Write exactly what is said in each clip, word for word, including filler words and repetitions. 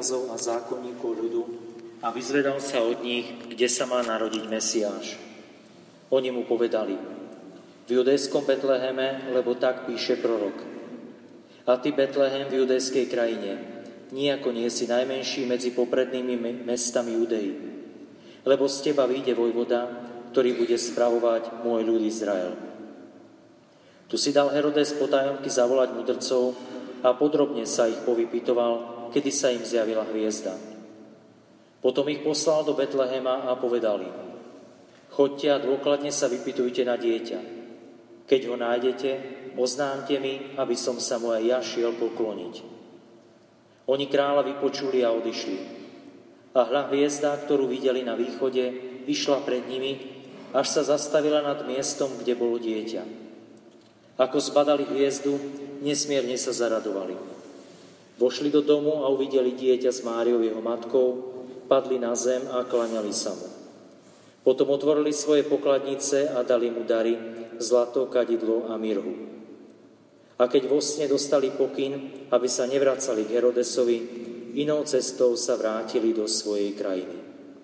veľkňazov a zákonníkov ľudu a vyzvedal sa od nich, kde sa má narodiť Mesiáš. Oni mu povedali: v judejskom Betleheme, lebo tak píše prorok. A ty, Betlehem, v judejskej krajine, nijako nie si najmenší medzi poprednými mestami Judei, lebo z teba vyjde vojvoda, ktorý bude spravovať môj ľud Izrael. Tu si dal Herodes potajomky zavolať mudrcov a podrobne sa ich povypytoval, kedy sa im zjavila hviezda. Potom ich poslal do Betlehema a povedal im: choďte a dôkladne sa vypytujte na dieťa. Keď ho nájdete, oznámte mi, aby som sa mu aj ja šiel pokloniť. Oni kráľa vypočuli a odišli. A hľa hviezda, ktorú videli na východe, išla pred nimi, až sa zastavila nad miestom, kde bolo dieťa. Ako zbadali hviezdu, nesmierne sa zaradovali. Vošli do domu a uvideli dieťa s Máriou, jeho matkou, padli na zem a klaňali sa mu. Potom otvorili svoje pokladnice a dali mu dary, zlato, kadidlo a mirhu. A keď vo sne dostali pokyn, aby sa nevracali k Herodesovi, inou cestou sa vrátili do svojej krajiny.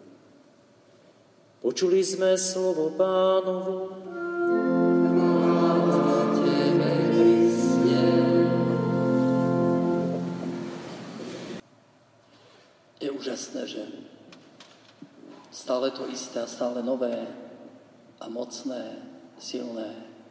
Počuli sme slovo Pánovo. Je úžasné, že stále to isté a stále nové a mocné, silné.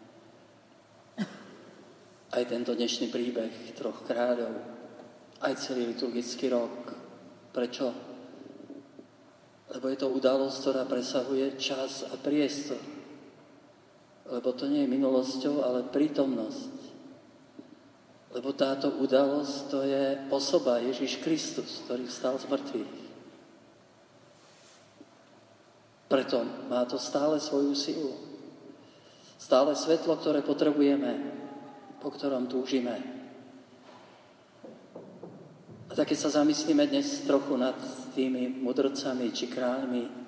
Aj tento dnešný príbeh troch kráľov, aj celý liturgický rok. Prečo? Lebo je to udalosť, ktorá presahuje čas a priestor. Lebo to nie je minulosťou, ale prítomnosť. Lebo táto udalosť, to je osoba Ježiš Kristus, ktorý vstal z mŕtvych. Preto má to stále svoju silu. Stále svetlo, ktoré potrebujeme, po ktorom túžime. A tak keď sa zamyslíme dnes trochu nad tými mudrcami či kráľmi, e,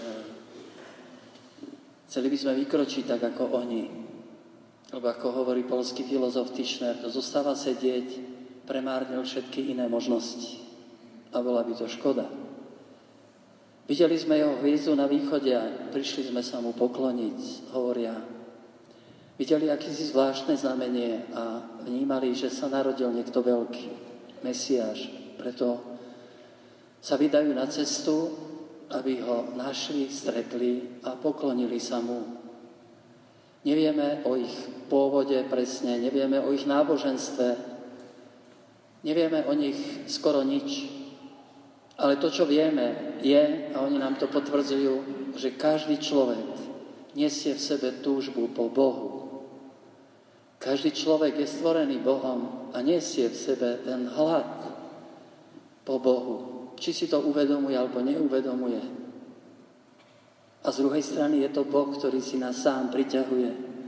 chceli by sme vykročiť tak, ako oni. Lebo ako hovorí poľský filozof Tischner, to zostáva sedieť, premárnil všetky iné možnosti. A bola by to škoda. Videli sme jeho hviezdu na východe a prišli sme sa mu pokloniť, hovoria. Videli akýsi zvláštne znamenie a vnímali, že sa narodil niekto veľký, Mesiáš. Preto sa vydajú na cestu, aby ho našli, stretli a poklonili sa mu. Nevieme o ich pôvode presne, nevieme o ich náboženstve, nevieme o nich skoro nič. Ale to, čo vieme, je, a oni nám to potvrdzujú, že každý človek nesie v sebe túžbu po Bohu. Každý človek je stvorený Bohom a nesie v sebe ten hlad po Bohu. Či si to uvedomuje, alebo neuvedomuje. A z druhej strany je to Boh, ktorý si nás sám priťahuje.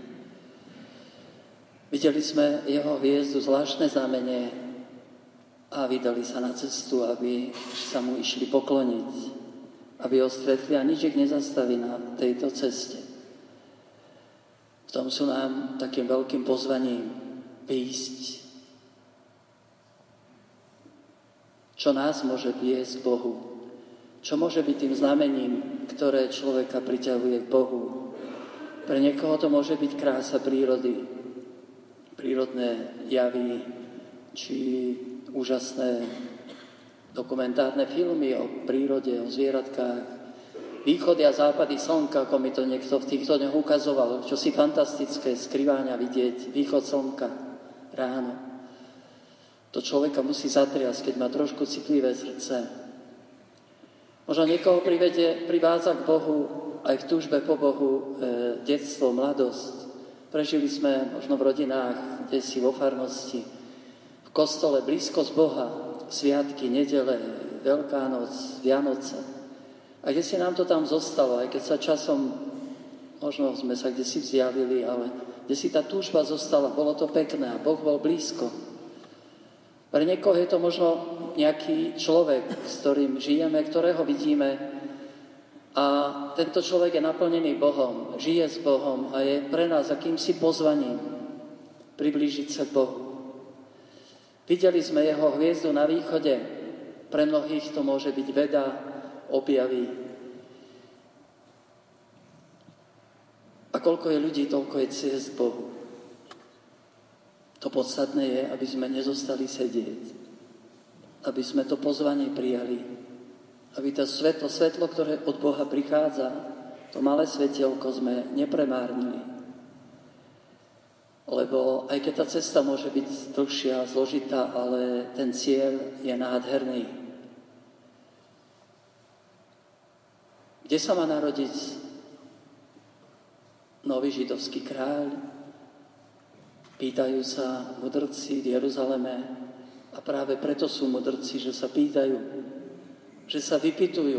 Videli sme jeho hviezdu, zvláštne znamenie a vydali sa na cestu, aby sa mu išli pokloniť, aby ho stretli a nič ich nezastaví na tejto ceste. V tom sú nám takým veľkým pozvaním výjsť. Čo nás môže viesť k Bohu? Čo môže byť tým znamením, ktoré človeka priťahuje k Bohu? Pre niekoho to môže byť krása prírody, prírodné javy, či úžasné dokumentárne filmy o prírode, o zvieratkách, východy a západy slnka, ako mi to niekto v týchto dňoch ukazoval, čo si fantastické skriváňa vidieť, východ slnka ráno. To človeka musí zatriasť, keď má trošku citlivé srdce. Možno niekoho privede, privádza k Bohu, aj v túžbe po Bohu, e, detstvo, mladosť. Prežili sme možno v rodinách, kde si vo farnosti, v kostole, blízkosť Boha, sviatky, nedele, Veľká noc, Vianoce. A kde si nám to tam zostalo, aj keď sa časom, možno sme sa kde si vzdialili, ale kde si tá túžba zostala, bolo to pekné a Boh bol blízko. Pre niekoho je to možno nejaký človek, s ktorým žijeme, ktorého vidíme a tento človek je naplnený Bohom, žije s Bohom a je pre nás akýmsi pozvaním priblížiť sa k Bohu. Videli sme jeho hviezdu na východe Pre mnohých to môže byť veda, objavy. A koľko je ľudí, toľko je ciest k Bohu. To podstatné je, aby sme nezostali sedieť. Aby sme to pozvanie prijali. Aby to svetlo, svetlo, ktoré od Boha prichádza, to malé svetielko sme nepremárnili. Lebo aj keď tá cesta môže byť dlhšia a zložitá, ale ten cieľ je nádherný. Kde sa má narodiť nový židovský kráľ? Pýtajú sa mudrci v Jeruzaleme a práve preto sú mudrci, že sa pýtajú, že sa vypytujú.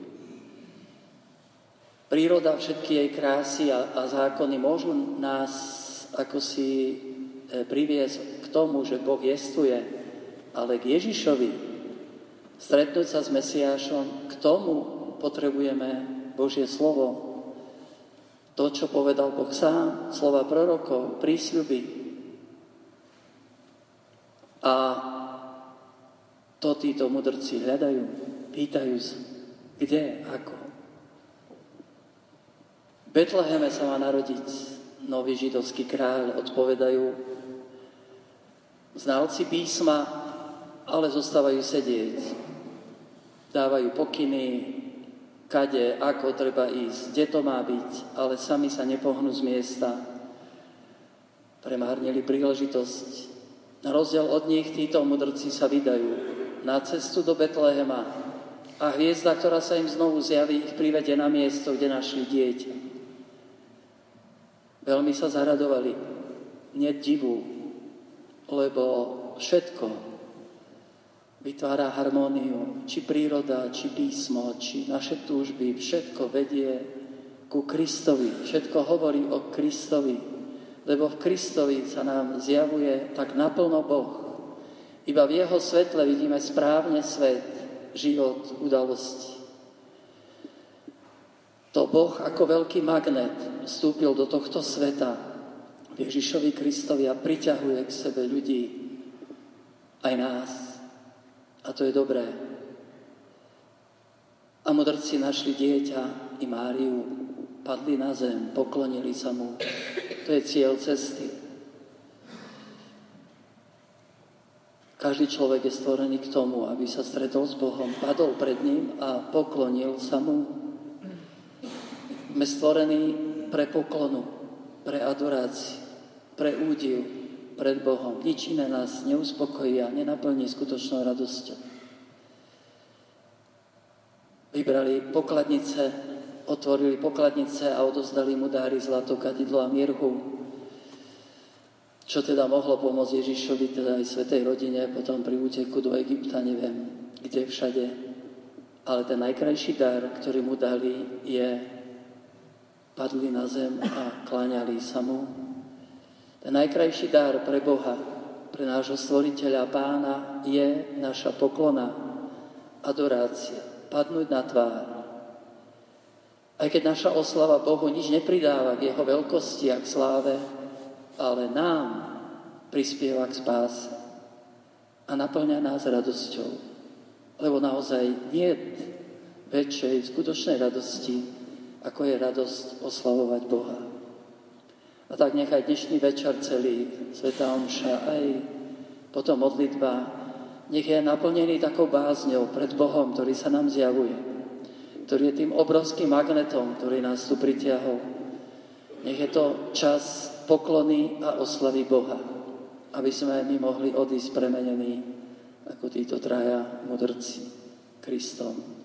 Príroda, všetky jej krásy a, a zákony môžu nás ako si priviesť k tomu, že Boh jestuje, ale k Ježišovi, stretnúť sa s Mesiášom, k tomu potrebujeme Božie slovo. To, čo povedal Boh sám, slova prorokov, prísľuby. A to títo mudrci hľadajú, pýtajú sa, kde, ako. V Betleheme sa má narodiť nový židovský kráľ, odpovedajú znalci písma, ale zostávajú sedieť. Dávajú pokyny, kade, ako treba ísť, kde to má byť, ale sami sa nepohnú z miesta. Premárnili príležitosť. Na rozdiel od nich títo mudrci sa vydajú na cestu do Betlehema a hviezda, ktorá sa im znovu zjaví, ich privedie na miesto, kde našli dieťa. Veľmi sa zaradovali, nie divu, lebo všetko vytvára harmóniu, či príroda, či písmo, či naše túžby, všetko vedie ku Kristovi, všetko hovorí o Kristovi, lebo v Kristovi sa nám zjavuje tak naplno Boh. Iba v jeho svetle vidíme správne svet, život, udalosti. To Boh ako veľký magnet vstúpil do tohto sveta v Ježišovi Kristovi a priťahuje k sebe ľudí, aj nás. A to je dobré. A mudrci našli dieťa i Máriu, padli na zem, poklonili sa mu. To je cieľ cesty. Každý človek je stvorený k tomu, aby sa stretol s Bohom, padol pred ním a poklonil sa mu. Sme stvorení pre poklonu, pre adoráciu, pre údiv pred Bohom. Nič iné nás neuspokojí a nenaplní skutočnou radosťou. Vybrali pokladnice, otvorili pokladnice a odozdali mu dáry zlato, kadidlo a mirhu. Čo teda mohlo pomôcť Ježišovi, teda aj svätej rodine, potom pri úteku do Egypta, neviem, kde všade. Ale ten najkrajší dar, ktorý mu dali, je padli na zem a kláňali sa mu. Ten najkrajší dar pre Boha, pre nášho stvoriteľa Pána je naša poklona, adorácia, padnúť na tvár. Aj keď naša oslava Bohu nič nepridáva k jeho veľkosti a k sláve, ale nám prispieva k spáse a naplňa nás radosťou. Lebo naozaj nie je väčšej skutočnej radosti, ako je radosť oslavovať Boha. A tak nechaj dnešný večer celý, svätá omša, aj potom modlitba, nech je naplnený takou bázňou pred Bohom, ktorý sa nám zjavuje, ktorý je tým obrovským magnetom, ktorý nás tu pritiahol. Nech je to čas poklony a oslavy Boha, aby sme my mohli odísť premenení ako títo traja mudrci Kristom.